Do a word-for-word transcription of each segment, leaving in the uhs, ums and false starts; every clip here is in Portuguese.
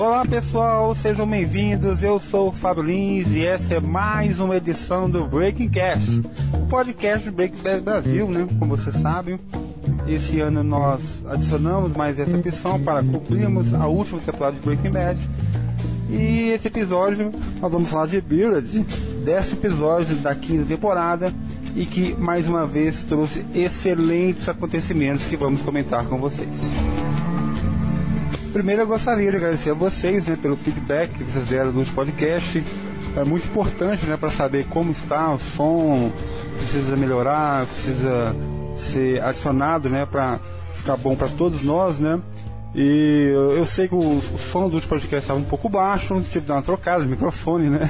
Olá pessoal, sejam bem-vindos, eu sou o Fábio Lins e essa é mais uma edição do Breaking Cast, o podcast do Breaking Bad Brasil, né? Como você sabe, esse ano nós adicionamos mais essa opção para cumprirmos a última temporada de Breaking Bad. E esse episódio nós vamos falar de Beard, décimo episódio da quinta temporada, e que mais uma vez trouxe excelentes acontecimentos que vamos comentar com vocês. Primeiro eu gostaria de agradecer a vocês, né, pelo feedback que vocês deram do podcast. É muito importante, né, para saber como está o som, precisa melhorar, precisa ser adicionado, né, para ficar bom para todos nós, né. E eu sei que o, o som do podcast estava um pouco baixo, tive que dar uma trocada de microfone, né?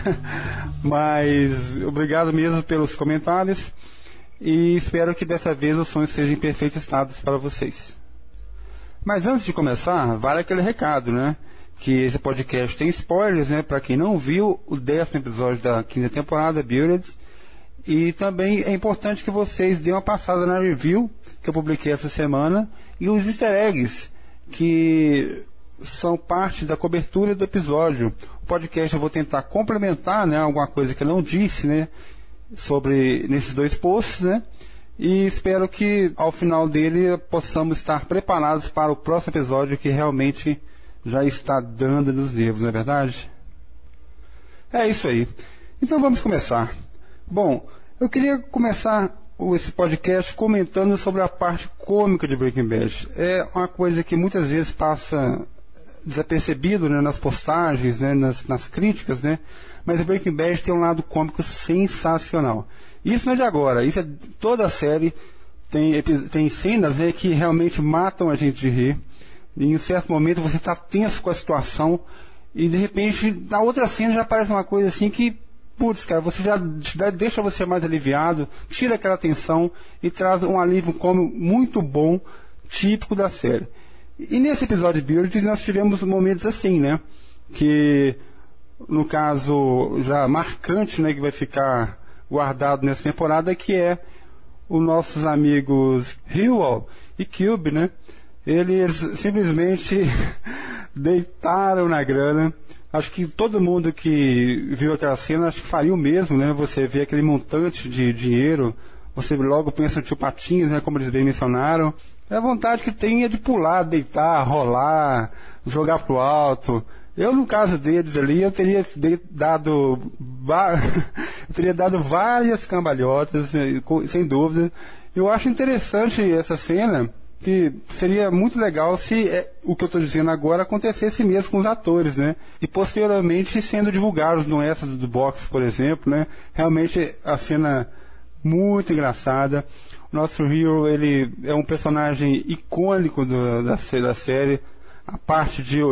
Mas obrigado mesmo pelos comentários e espero que dessa vez o som esteja em perfeito estado para vocês. Mas antes de começar, vale aquele recado, né? Que esse podcast tem spoilers, né? Para quem não viu o décimo episódio da quinta temporada, Beard. E também é importante que vocês dêem uma passada na review que eu publiquei essa semana e os easter eggs que são parte da cobertura do episódio. O podcast eu vou tentar complementar, né, alguma coisa que eu não disse, né, sobre nesses dois posts, né, e espero que ao final dele possamos estar preparados para o próximo episódio que realmente já está dando nos nervos, não é verdade? É isso aí. Então vamos começar. Bom, eu queria começar esse podcast comentando sobre a parte cômica de Breaking Bad. É uma coisa que muitas vezes passa desapercebido, né, nas postagens, né, nas, nas críticas, né, mas o Breaking Bad tem um lado cômico sensacional. Isso não é de agora, isso é toda a série, tem, tem cenas, né, que realmente matam a gente de rir. E em um certo momento você está tenso com a situação e de repente na outra cena já aparece uma coisa assim que putz, cara, você já deixa você mais aliviado, tira aquela tensão e traz um alívio cômico muito bom, típico da série. E nesse episódio de Beard nós tivemos momentos assim, né? Que, no caso, já marcante, né? Que vai ficar guardado nessa temporada, que é os nossos amigos Hewell e Cube, né? Eles simplesmente deitaram na grana. Acho que todo mundo que viu aquela cena, acho que faria o mesmo, né? Você vê aquele montante de dinheiro, você logo pensa no tio Patinhas, né? Como eles bem mencionaram. É a vontade que tem é de pular, deitar, rolar, jogar pro alto. Eu, no caso deles ali, eu teria dado, eu teria dado várias cambalhotas, sem dúvida. Eu acho interessante essa cena, que seria muito legal se é, o que eu estou dizendo agora acontecesse mesmo com os atores, né? E posteriormente sendo divulgados no Extra do Box, por exemplo, né? Realmente a cena muito engraçada. O nosso Hero, ele é um personagem icônico do, da, da série. A parte de,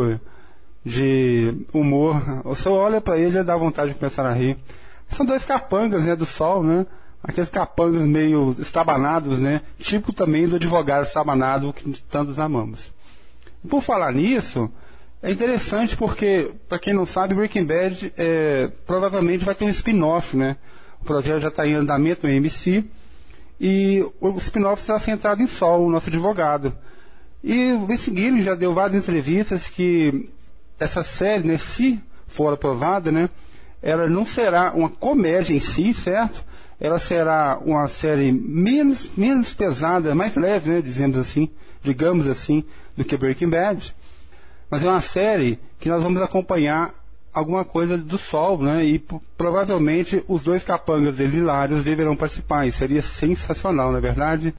de humor, você olha para ele e dá vontade de começar a rir. São dois capangas, né, do sol, né? Aqueles capangas meio estabanados, né? Típico também do advogado estabanado que tantos amamos. E por falar nisso, é interessante porque, para quem não sabe, Breaking Bad é, provavelmente vai ter um spin-off, né? O projeto já está em andamento no A M C e o spin-off será centrado em Sol, o nosso advogado. E o Vince Gilligan já deu várias entrevistas que essa série, né, se for aprovada, né, ela não será uma comédia em si, certo? Ela será uma série menos, menos pesada, mais leve, né, dizemos assim, digamos assim, do que Breaking Bad. Mas é uma série que nós vamos acompanhar alguma coisa do Sol, né, e p- provavelmente os dois capangas hilários deverão participar. E seria sensacional, não é verdade?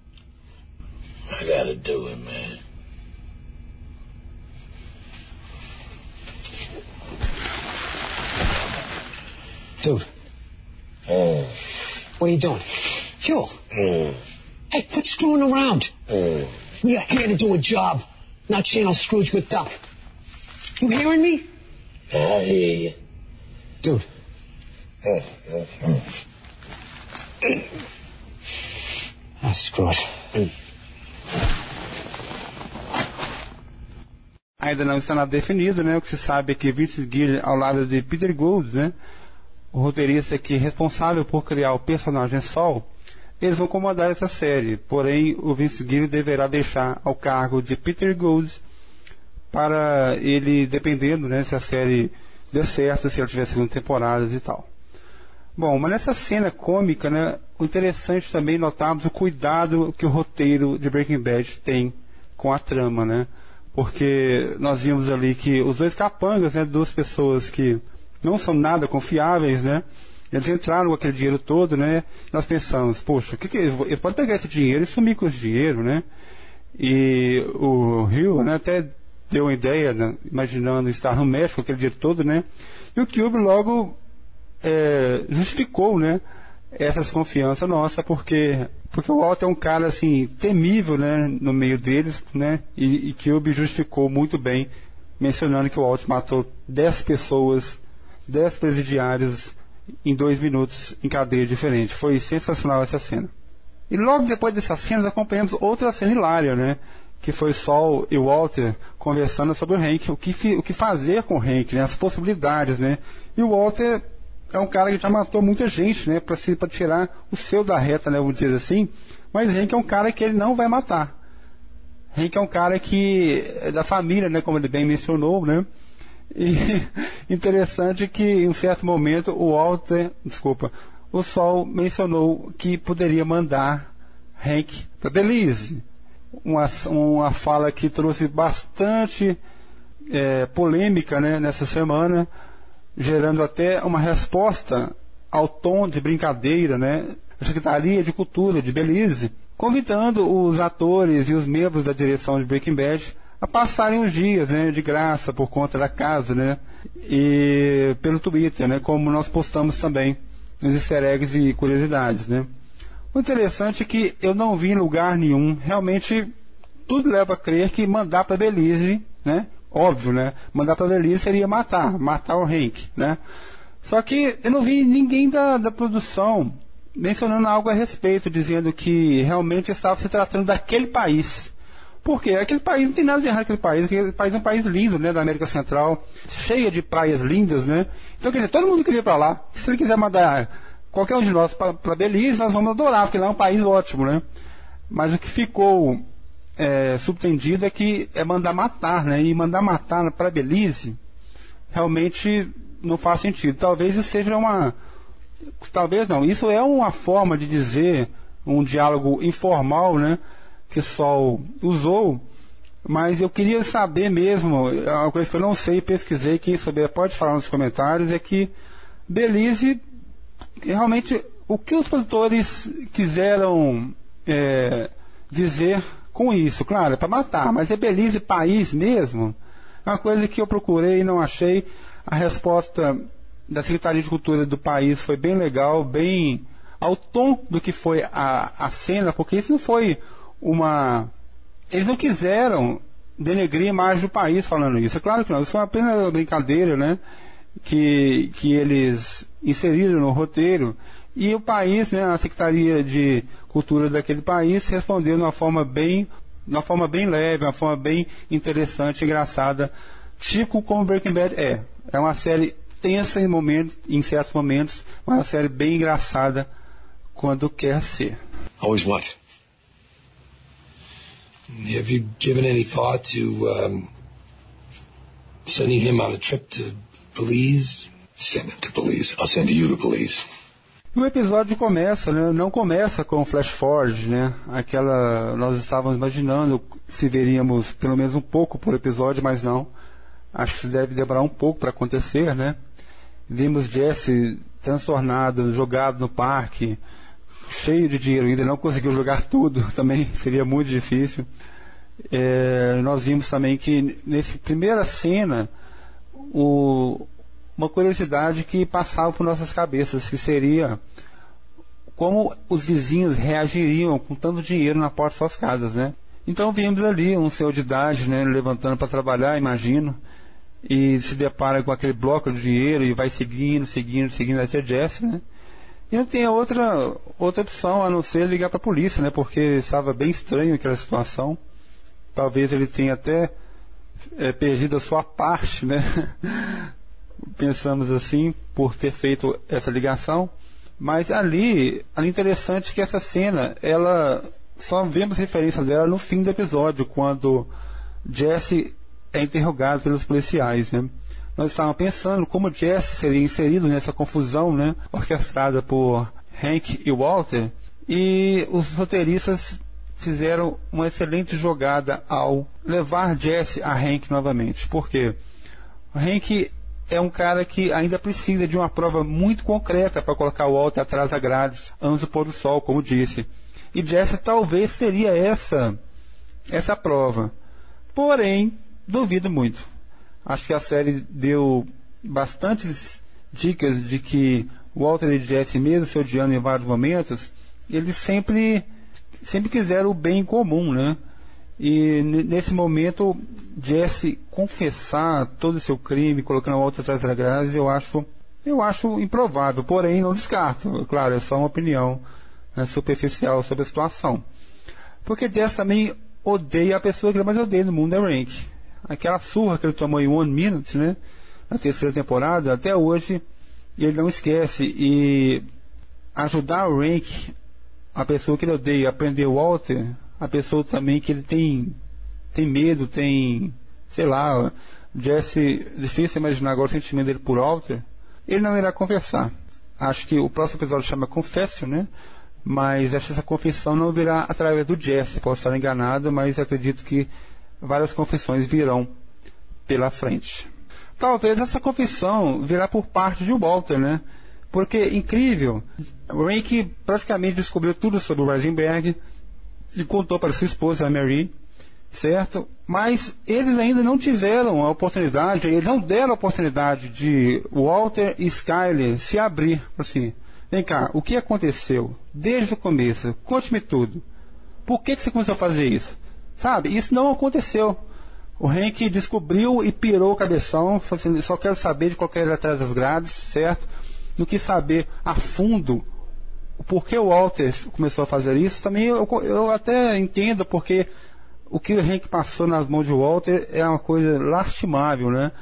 I gotta do it, man. Dude. Mm. What are you doing? Fuel. Mm. Hey, quit screwing around. Mm. We are here to do a job, not channel Scrooge McDuck. You hearing me? I hear you. Dude. Mm. Mm. Mm. Ah, screw it. Mm. Ainda não está nada definido, né? O que se sabe é que Vince Gilligan, ao lado de Peter Gould, né, o roteirista que é responsável por criar o personagem Sol, eles vão comandar essa série. Porém, o Vince Gilligan deverá deixar ao cargo de Peter Gould para ele, dependendo, né, se a série der certo, se ela tiver segunda temporadas e tal. Bom, mas nessa cena cômica, né, o interessante também notarmos o cuidado que o roteiro de Breaking Bad tem com a trama, né? Porque nós vimos ali que os dois capangas, né, duas pessoas que não são nada confiáveis, né? Eles entraram com aquele dinheiro todo, né? Nós pensamos, poxa, o que que eles, eles podem pegar esse dinheiro e sumir com esse dinheiro, né? E o Hill, né, até deu uma ideia, né, imaginando estar no México com aquele dinheiro todo, né? E o Cube logo é, justificou, né, essa desconfiança nossa, porque, porque o Walt é um cara, assim, temível, né, no meio deles, né? E, e Cube justificou muito bem, mencionando que o Walt matou dez pessoas, dez presidiários em dois minutos em cadeia diferente. Foi sensacional essa cena. E logo depois dessas cenas acompanhamos outra cena hilária, né? Que foi Saul e Walter conversando sobre o Hank, o que, o que fazer com o Hank, né? As possibilidades, né? E o Walter é um cara que já matou muita gente, né? Para para tirar o seu da reta, né? Vamos dizer assim. Mas Hank é um cara que ele não vai matar. Hank é um cara que é da família, né? Como ele bem mencionou, né? E interessante que em um certo momento o Walter, desculpa, o Saul mencionou que poderia mandar Hank para Belize. Uma, uma fala que trouxe bastante é, polêmica, né, nessa semana, gerando até uma resposta ao tom de brincadeira, né, da Secretaria de Cultura de Belize, convidando os atores e os membros da direção de Breaking Bad a passarem os dias, né, de graça por conta da casa, né, e pelo Twitter, né, como nós postamos também nos easter eggs e curiosidades, né. O interessante é que eu não vi em lugar nenhum, realmente tudo leva a crer que mandar para Belize, né, óbvio, né, mandar para Belize seria matar, matar o Hank, né. Só que eu não vi ninguém da, da produção mencionando algo a respeito, dizendo que realmente estava se tratando daquele país. Porque aquele país não tem nada de errado, aquele país, aquele país é um país lindo, né, da América Central, cheia de praias lindas, né. Então, quer dizer, todo mundo queria ir para lá. Se ele quiser mandar qualquer um de nós para Belize, nós vamos adorar, porque lá é um país ótimo, né. Mas o que ficou é, subtendido é que é mandar matar, né, e mandar matar para Belize realmente não faz sentido. Talvez isso seja uma... Talvez não, isso é uma forma de dizer, um diálogo informal, né, que Sol usou, mas eu queria saber mesmo, uma coisa que eu não sei, pesquisei, quem souber pode falar nos comentários, é que Belize, realmente, o que os produtores quiseram é, dizer com isso? Claro, é para matar, mas é Belize país mesmo? É uma coisa que eu procurei e não achei. A resposta da Secretaria de Cultura do país foi bem legal, bem ao tom do que foi a, a cena, porque isso não foi uma... Eles não quiseram denegrir a imagem do país falando isso. É claro que não, isso foi apenas uma brincadeira, né? Que, que eles inseriram no roteiro. E o país, né, a Secretaria de Cultura daquele país respondeu de uma forma bem, de uma forma bem leve, uma forma bem interessante, engraçada, tipo como Breaking Bad é. É uma série tensa em, momentos, em certos momentos, mas uma série bem engraçada quando quer ser. Always what? Have you given any thought to um, sending him on a trip to Belize? Send him to Belize. I'll send you to Belize. O episódio começa, né? Não começa com o flash forward, né? Aquela, nós estávamos imaginando se veríamos pelo menos um pouco por episódio, mas não. Acho que deve demorar um pouco para acontecer, né? Vimos Jesse transtornado, jogado no parque, cheio de dinheiro, ainda não conseguiu jogar tudo, também seria muito difícil. É, nós vimos também que nessa primeira cena o, uma curiosidade que passava por nossas cabeças, que seria como os vizinhos reagiriam com tanto dinheiro na porta de suas casas, né? Então vimos ali um senhor de idade, né, levantando para trabalhar, imagino, e se depara com aquele bloco de dinheiro e vai seguindo, seguindo, seguindo até Jesse, né? E não tem outra, outra opção a não ser ligar para a polícia, né? Porque estava bem estranho aquela situação. Talvez ele tenha até é, perdido a sua parte, né? Pensamos assim, por ter feito essa ligação. Mas ali, ali interessante que essa cena, ela só vemos referência dela no fim do episódio, quando Jesse é interrogado pelos policiais, né? Nós estávamos pensando como Jesse seria inserido nessa confusão, né, orquestrada por Hank e Walter, e os roteiristas fizeram uma excelente jogada ao levar Jesse a Hank novamente. Por quê? O Hank é um cara que ainda precisa de uma prova muito concreta para colocar o Walter atrás da grades antes do pôr do sol, como disse. E Jesse talvez seria essa, essa prova. Porém, duvido muito. Acho que a série deu bastantes dicas de que Walter e Jesse, mesmo se odiando em vários momentos, eles sempre, sempre quiseram o bem comum, né? E nesse momento, Jesse confessar todo o seu crime, colocando o Walter atrás da grade, eu acho, eu acho improvável, porém não descarto. Claro, é só uma opinião, né, superficial sobre a situação. Porque Jesse também odeia a pessoa que ele mais odeia no mundo, é Hank. Aquela surra que ele tomou em One Minute, né, na terceira temporada, até hoje ele não esquece. E ajudar o Hank, a pessoa que ele odeia, a prender o Walter, a pessoa também que ele tem, tem medo, tem, sei lá, Jesse, difícil imaginar agora o sentimento dele por Walter, ele não irá confessar. Acho que o próximo episódio chama Confession, né? Mas acho que essa confissão não virá através do Jesse, posso estar enganado, mas acredito que várias confissões virão pela frente. Talvez essa confissão virá por parte de Walter, né? Porque, incrível, o Hank praticamente descobriu tudo sobre o Heisenberg e contou para sua esposa, a Mary, certo? Mas eles ainda não tiveram a oportunidade, eles não deram a oportunidade de Walter e Skyler se abrir, assim, vem cá, o que aconteceu desde o começo? Conte-me tudo. Por que, que você começou a fazer isso? Sabe, isso não aconteceu. O Hank descobriu e pirou o cabeção, falou assim, só quero saber de qualquer atrás das grades, certo? Não quis saber a fundo o porquê o Walter começou a fazer isso. Também eu, eu até entendo, porque o que o Hank passou nas mãos de Walter é uma coisa lastimável, né?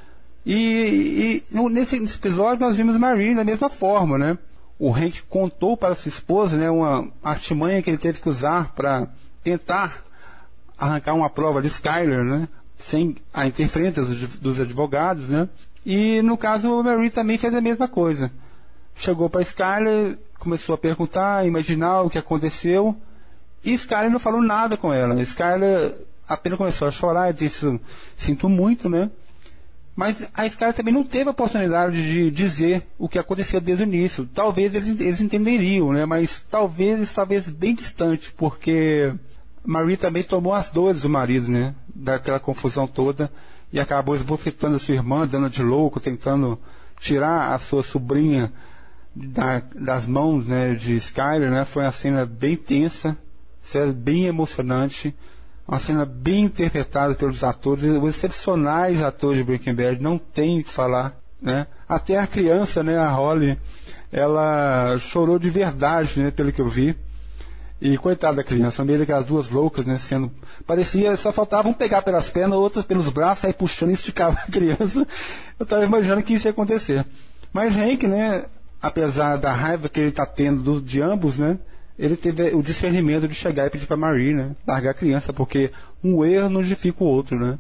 E, e nesse, nesse episódio nós vimos Marie da mesma forma, né? O Hank contou para sua esposa, né, uma artimanha que ele teve que usar para tentar arrancar uma prova de Skyler, né, sem a interferência dos, dos advogados, né? E no caso o Marie também fez a mesma coisa. Chegou para Skyler, começou a perguntar, imaginar o que aconteceu, e Skyler não falou nada com ela. Skyler apenas começou a chorar e disse, sinto muito, né? Mas a Skyler também não teve a oportunidade de dizer o que aconteceu desde o início. Talvez eles, eles entenderiam, né? Mas talvez, talvez bem distante, porque Marie também tomou as dores do marido, né? Daquela confusão toda, e acabou esbofetando a sua irmã, dando de louco, tentando tirar a sua sobrinha da, das mãos, né, de Skyler, né? Foi uma cena bem tensa, bem emocionante, uma cena bem interpretada pelos atores, os excepcionais atores de Breaking Bad, não tem o que falar, né? Até a criança, né, a Holly, ela chorou de verdade, né, pelo que eu vi. E coitada da criança, meio daquelas duas loucas, né, sendo, parecia, só faltava um pegar pelas pernas, outras pelos braços, sair puxando e esticava a criança. Eu estava imaginando que isso ia acontecer. Mas Hank, né, apesar da raiva que ele está tendo do, de ambos, né, ele teve o discernimento de chegar e pedir para Marie, né, largar a criança, porque um erro não justifica o outro, né.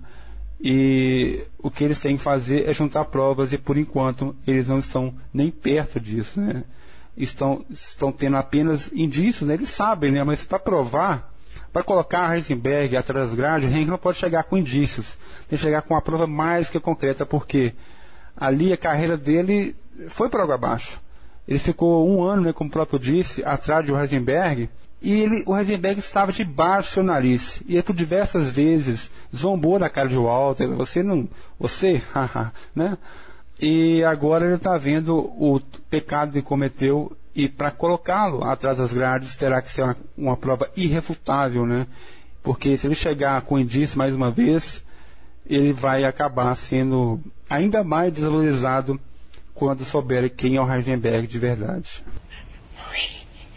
E o que eles têm que fazer é juntar provas, e por enquanto eles não estão nem perto disso, né. Estão, estão tendo apenas indícios, né? Eles sabem, né? Mas para provar, para colocar Heisenberg atrás das grades, Hank não pode chegar com indícios, tem que chegar com uma prova mais que concreta, porque ali a carreira dele foi por água abaixo. Ele ficou um ano, né, como o próprio disse, atrás de Heisenberg, e ele, o Heisenberg estava debaixo do seu nariz, e ele por diversas vezes zombou na cara de Walter, você não, você, haha, né? E agora ele está vendo o pecado que cometeu, e para colocá-lo atrás das grades terá que ser uma, uma prova irrefutável, né? Porque se ele chegar com indício mais uma vez, ele vai acabar sendo ainda mais desvalorizado quando souber quem é o Heisenberg de verdade. Marie,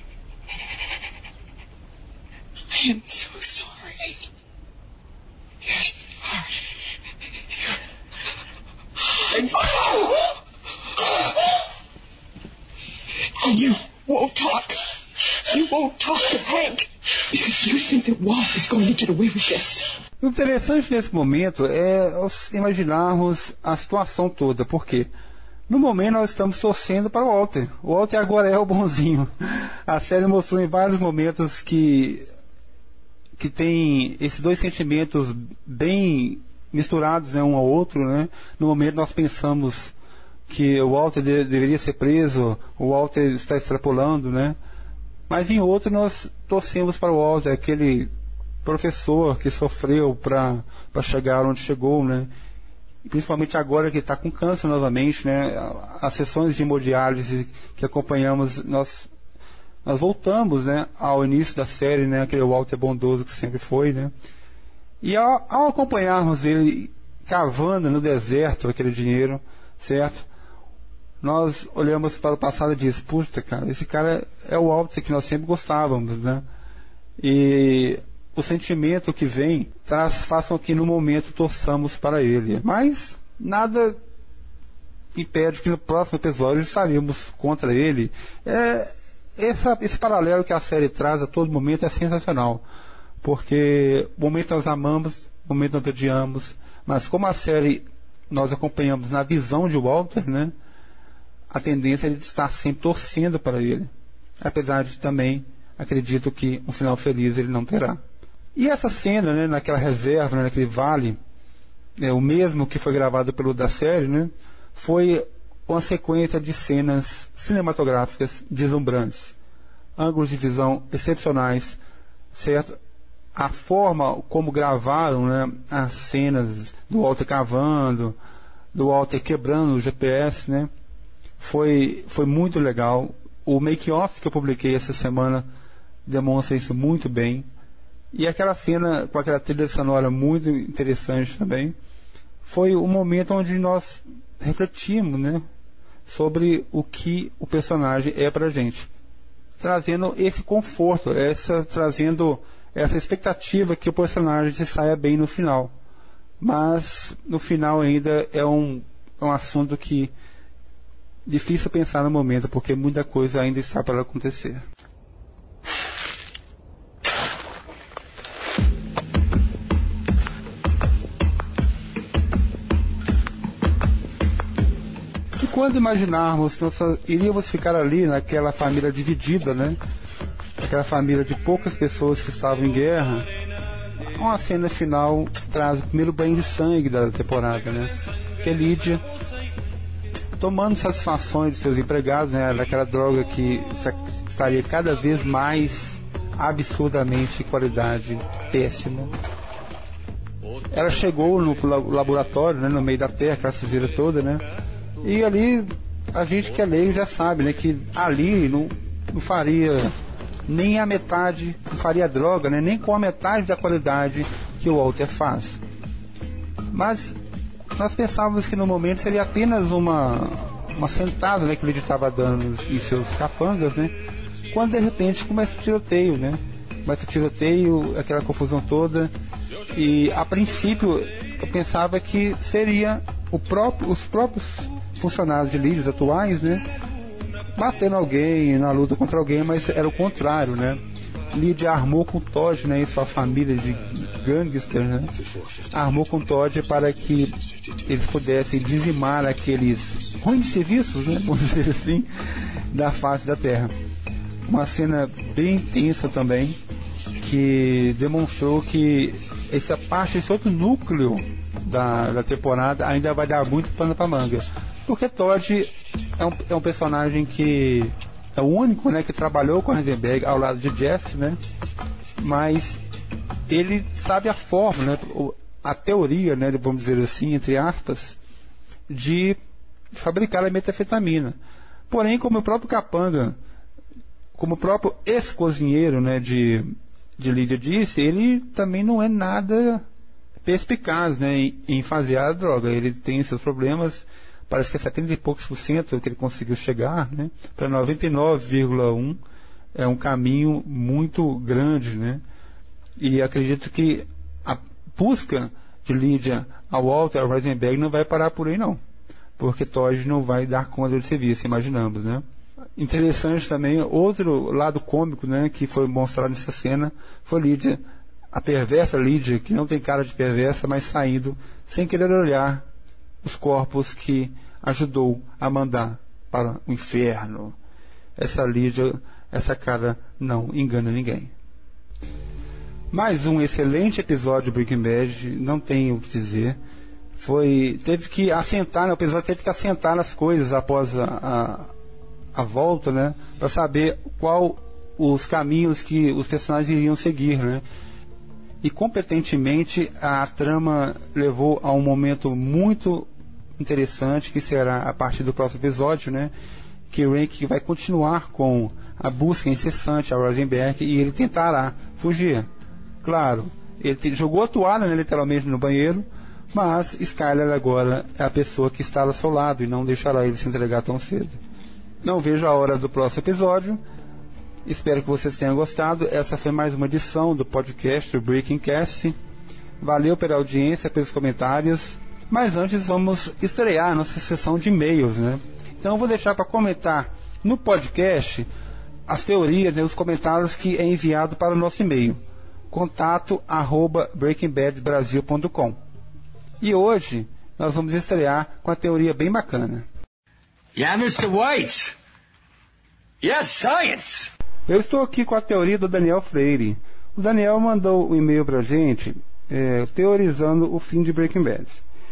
I am so sorry. Yes, and you won't talk. You won't talk to Hank because you think that Walt is going to get away with this. O interessante nesse momento é imaginarmos a situação toda, porque no momento nós estamos torcendo para o Walter. O Walter agora é o bonzinho. A série mostrou em vários momentos que, que tem esses dois sentimentos bem misturados, né, um ao outro, né? No momento nós pensamos que o Walter de, deveria ser preso, o Walter está extrapolando, né? Mas em outro nós torcemos para o Walter, aquele professor que sofreu para chegar onde chegou, né? E principalmente agora que está com câncer novamente, né? As sessões de hemodiálise que acompanhamos, nós, nós voltamos, né, ao início da série, né? Aquele Walter bondoso que sempre foi, né? E ao, ao acompanharmos ele cavando no deserto aquele dinheiro, certo? Nós olhamos para o passado e dizemos, puxa, cara, esse cara é o Walter que nós sempre gostávamos, né? E o sentimento que vem traz, façam que no momento torçamos para ele. Mas nada impede que no próximo episódio estaremos contra ele. É, essa, esse paralelo que a série traz a todo momento é sensacional. Porque o momento nós amamos, o momento nós odiamos. Mas como a série nós acompanhamos na visão de Walter, né? A tendência é de estar sempre torcendo para ele. Apesar de também acredito que um final feliz ele não terá. E essa cena, né, naquela reserva, né, naquele vale, é, o mesmo que foi gravado pelo da série, né, foi uma sequência de cenas cinematográficas deslumbrantes. Ângulos de visão excepcionais, certo? A forma como gravaram, né, as cenas do Walter cavando, do Walter quebrando o G P S, né, foi, foi muito legal. O make-off que eu publiquei essa semana demonstra isso muito bem. E aquela cena com aquela trilha sonora muito interessante também, foi o momento onde nós refletimos, né, sobre o que o personagem é pra gente, trazendo esse conforto, essa, trazendo essa expectativa que o personagem se saia bem no final. Mas no final ainda é um, é um assunto que difícil pensar no momento, porque muita coisa ainda está para acontecer. E quando imaginarmos que nós iríamos ficar ali naquela família dividida, né? Aquela família de poucas pessoas que estavam em guerra, uma cena final traz o primeiro banho de sangue da temporada, né? Que é Lídia tomando satisfações de seus empregados, né? Daquela droga que estaria cada vez mais absurdamente de qualidade péssima. Ela chegou no laboratório, né, no meio da terra, aquela sujeira toda, né? E ali, a gente que é leigo já sabe, né, que ali não, não faria nem a metade, não faria droga, né, nem com a metade da qualidade que o Walter faz. Mas nós pensávamos que no momento seria apenas uma, uma sentada, né, que ele estava dando em seus capangas, né, quando de repente começa o tiroteio, né, começa o tiroteio, aquela confusão toda, e a princípio eu pensava que seria o próprio, os próprios funcionários de Lídia atuais, né, batendo alguém na luta contra alguém, mas era o contrário, né. Lídia armou com Todd, né, e sua família de gangsters, né, armou com Todd para que eles pudessem dizimar aqueles ruins serviços, né, vamos dizer assim, da face da terra. Uma cena bem intensa também, que demonstrou que essa parte, esse outro núcleo da, da temporada ainda vai dar muito pano pra manga, porque Todd é um, é um personagem que é o único, né, que trabalhou com Heisenberg ao lado de Jesse, né, mas ele sabe a forma, né, a teoria, né, vamos dizer assim, entre aspas, de fabricar a metanfetamina. Porém, como o próprio capanga, como o próprio ex-cozinheiro, né, de, de Lídia disse, ele também não é nada perspicaz, né, em, em fazer a droga. Ele tem seus problemas, parece que é setenta e poucos por cento que ele conseguiu chegar, né, para noventa e nove vírgula um por cento é um caminho muito grande, né, e acredito que a busca de Lídia ao Walter, ao Heisenberg, não vai parar por aí não, porque Todd não vai dar conta do serviço, imaginamos, né. Interessante também, outro lado cômico, né, que foi mostrado nessa cena, foi Lídia a perversa Lydia, que não tem cara de perversa, mas saindo sem querer olhar os corpos que ajudou a mandar para o inferno. Essa Lydia, essa cara não engana ninguém. Mais um excelente episódio de Breaking Bad, não tenho o que dizer. Foi, teve que assentar, né, o episódio teve que assentar as coisas após a, a, a volta, né, para saber qual os caminhos que os personagens iriam seguir, né. E competentemente a trama levou a um momento muito interessante, que será a partir do próximo episódio, né, que o Rank vai continuar com a busca incessante a Rosenberg e ele tentará fugir. Claro, ele te, jogou a toalha, né, literalmente no banheiro, mas Skyler agora é a pessoa que está ao seu lado e não deixará ele se entregar tão cedo. Não vejo a hora do próximo episódio. Espero que vocês tenham gostado. Essa foi mais uma edição do podcast do Breaking Cast. Valeu pela audiência, pelos comentários. Mas antes vamos estrear a nossa sessão de e-mails, né? Então eu vou deixar para comentar no podcast as teorias, né, os comentários que é enviado para o nosso e-mail, contato arroba breaking bad brasil ponto com. E hoje nós vamos estrear com a teoria bem bacana. Yeah, mister White. Yes, science. Eu estou aqui com a teoria do Daniel Freire. O Daniel mandou um e-mail para a gente é, teorizando o fim de Breaking Bad.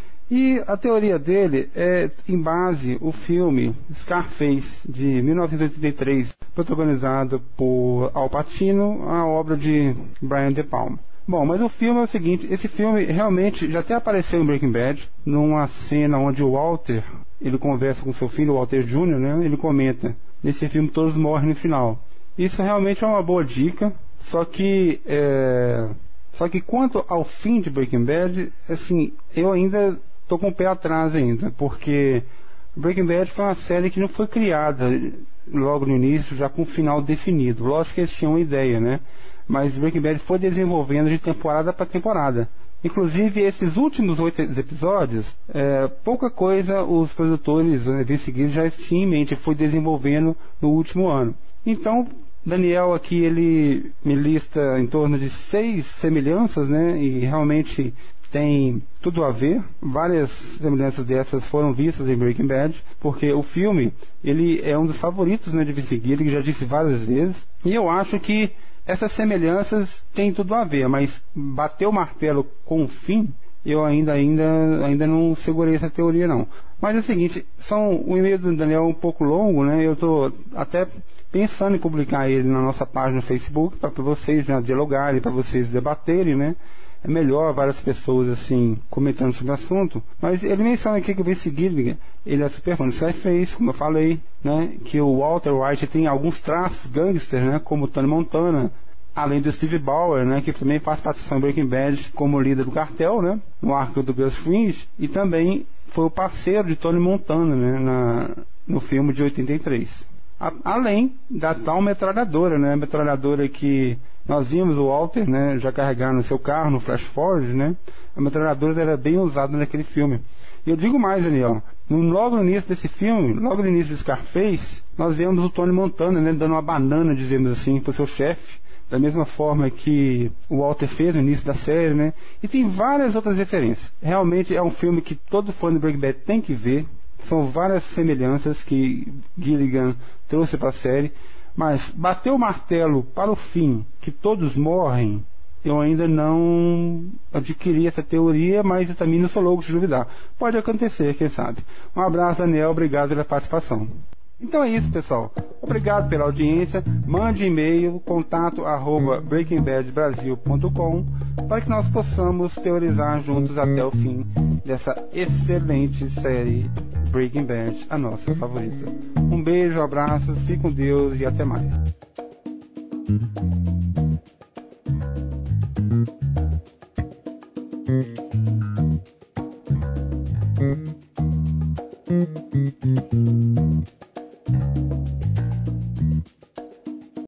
E a teoria dele é em base o filme Scarface de mil novecentos e oitenta e três, protagonizado por Al Pacino, a obra de Brian De Palma. Bom, mas o filme é o seguinte, esse filme realmente já até apareceu em Breaking Bad, numa cena onde o Walter, ele conversa com seu filho, o Walter Júnior, né? Ele comenta, nesse filme todos morrem no final. Isso realmente é uma boa dica, só que é... só que quanto ao fim de Breaking Bad, assim, eu ainda estou com o pé atrás ainda, porque Breaking Bad foi uma série que não foi criada logo no início, já com o final definido. Lógico que eles tinham uma ideia, né? Mas Breaking Bad foi desenvolvendo de temporada para temporada. Inclusive, esses últimos oito episódios, é, pouca coisa os produtores, né, Vince Gilligan já tinham em mente, foi desenvolvendo no último ano. Então, Daniel aqui, ele me lista em torno de seis semelhanças, né? E realmente tem tudo a ver. Várias semelhanças dessas foram vistas em Breaking Bad, porque o filme, ele é um dos favoritos, né, de Vince Gilligan, que já disse várias vezes. E eu acho que essas semelhanças têm tudo a ver, mas bater o martelo com o fim, eu ainda, ainda, ainda não segurei essa teoria não. Mas é o seguinte, são, o e-mail do Daniel é um pouco longo, né? Eu estou até pensando em publicar ele na nossa página no Facebook, para vocês, né, dialogarem, para vocês debaterem, né? É melhor várias pessoas assim comentando sobre o assunto, mas ele menciona aqui que o Vince Gilligan, ele é super fã do Scarface, como eu falei, né, que o Walter White tem alguns traços gangsters, né, como o Tony Montana, além do Steve Bauer, né, que também faz participação em Breaking Bad como líder do cartel, né, no arco do Gus Fring, e também foi o parceiro de Tony Montana, né, na, no filme de oitenta e três. A, além da tal metralhadora, né, a metralhadora que nós vimos o Walter, né, já carregar no seu carro, no Flash Forward, né, a metralhadora era bem usada naquele filme. E eu digo mais, Daniel, no, logo no início desse filme, logo no início do Scarface, nós vemos o Tony Montana, né, dando uma banana, dizemos assim, para o seu chefe, da mesma forma que o Walter fez no início da série, né, e tem várias outras referências. Realmente é um filme que todo fã de Breaking Bad tem que ver. São várias semelhanças que Gilligan trouxe para a série, mas bater o martelo para o fim, que todos morrem, eu ainda não adquiri essa teoria, mas eu também não sou louco de duvidar. Pode acontecer, quem sabe. Um abraço, Daniel, obrigado pela participação. Então é isso, pessoal. Obrigado pela audiência. Mande e-mail, contato arroba breaking bad brasil ponto com, para que nós possamos teorizar juntos até o fim dessa excelente série Breaking Bad, a nossa favorita. Um beijo, um abraço, fique com Deus e até mais.